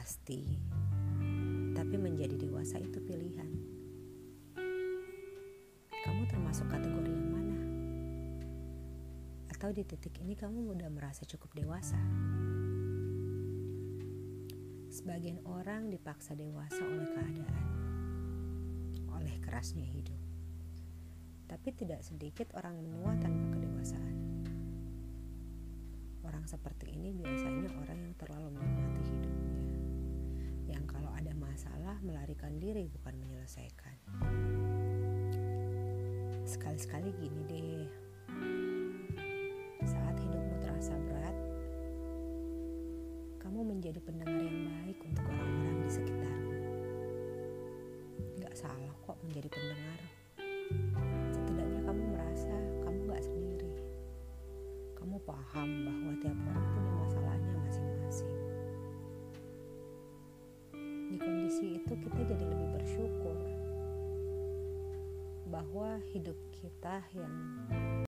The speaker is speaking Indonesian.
pasti, tapi menjadi dewasa itu pilihan. Kamu termasuk kategori yang mana? Atau di titik ini kamu udah merasa cukup dewasa? Sebagian orang dipaksa dewasa oleh keadaan, oleh kerasnya hidup. Tapi tidak sedikit orang menua tanpa kedewasaan. Orang seperti ini biasanya orang yang terlalu menikmati hidupnya, yang kalau ada masalah melarikan diri bukan menyelesaikan. Sekali-sekali gini deh, saat hidupmu terasa berat, kamu menjadi pendengar yang baik untuk orang-orang di sekitarmu. Gak salah kok menjadi pendengar. Setidaknya kamu merasa kamu gak sendiri. Kamu paham bahwa tiap orang punya masalahnya masing-masing. Di kondisi itu kita jadi lebih bersyukur bahwa hidup kita yang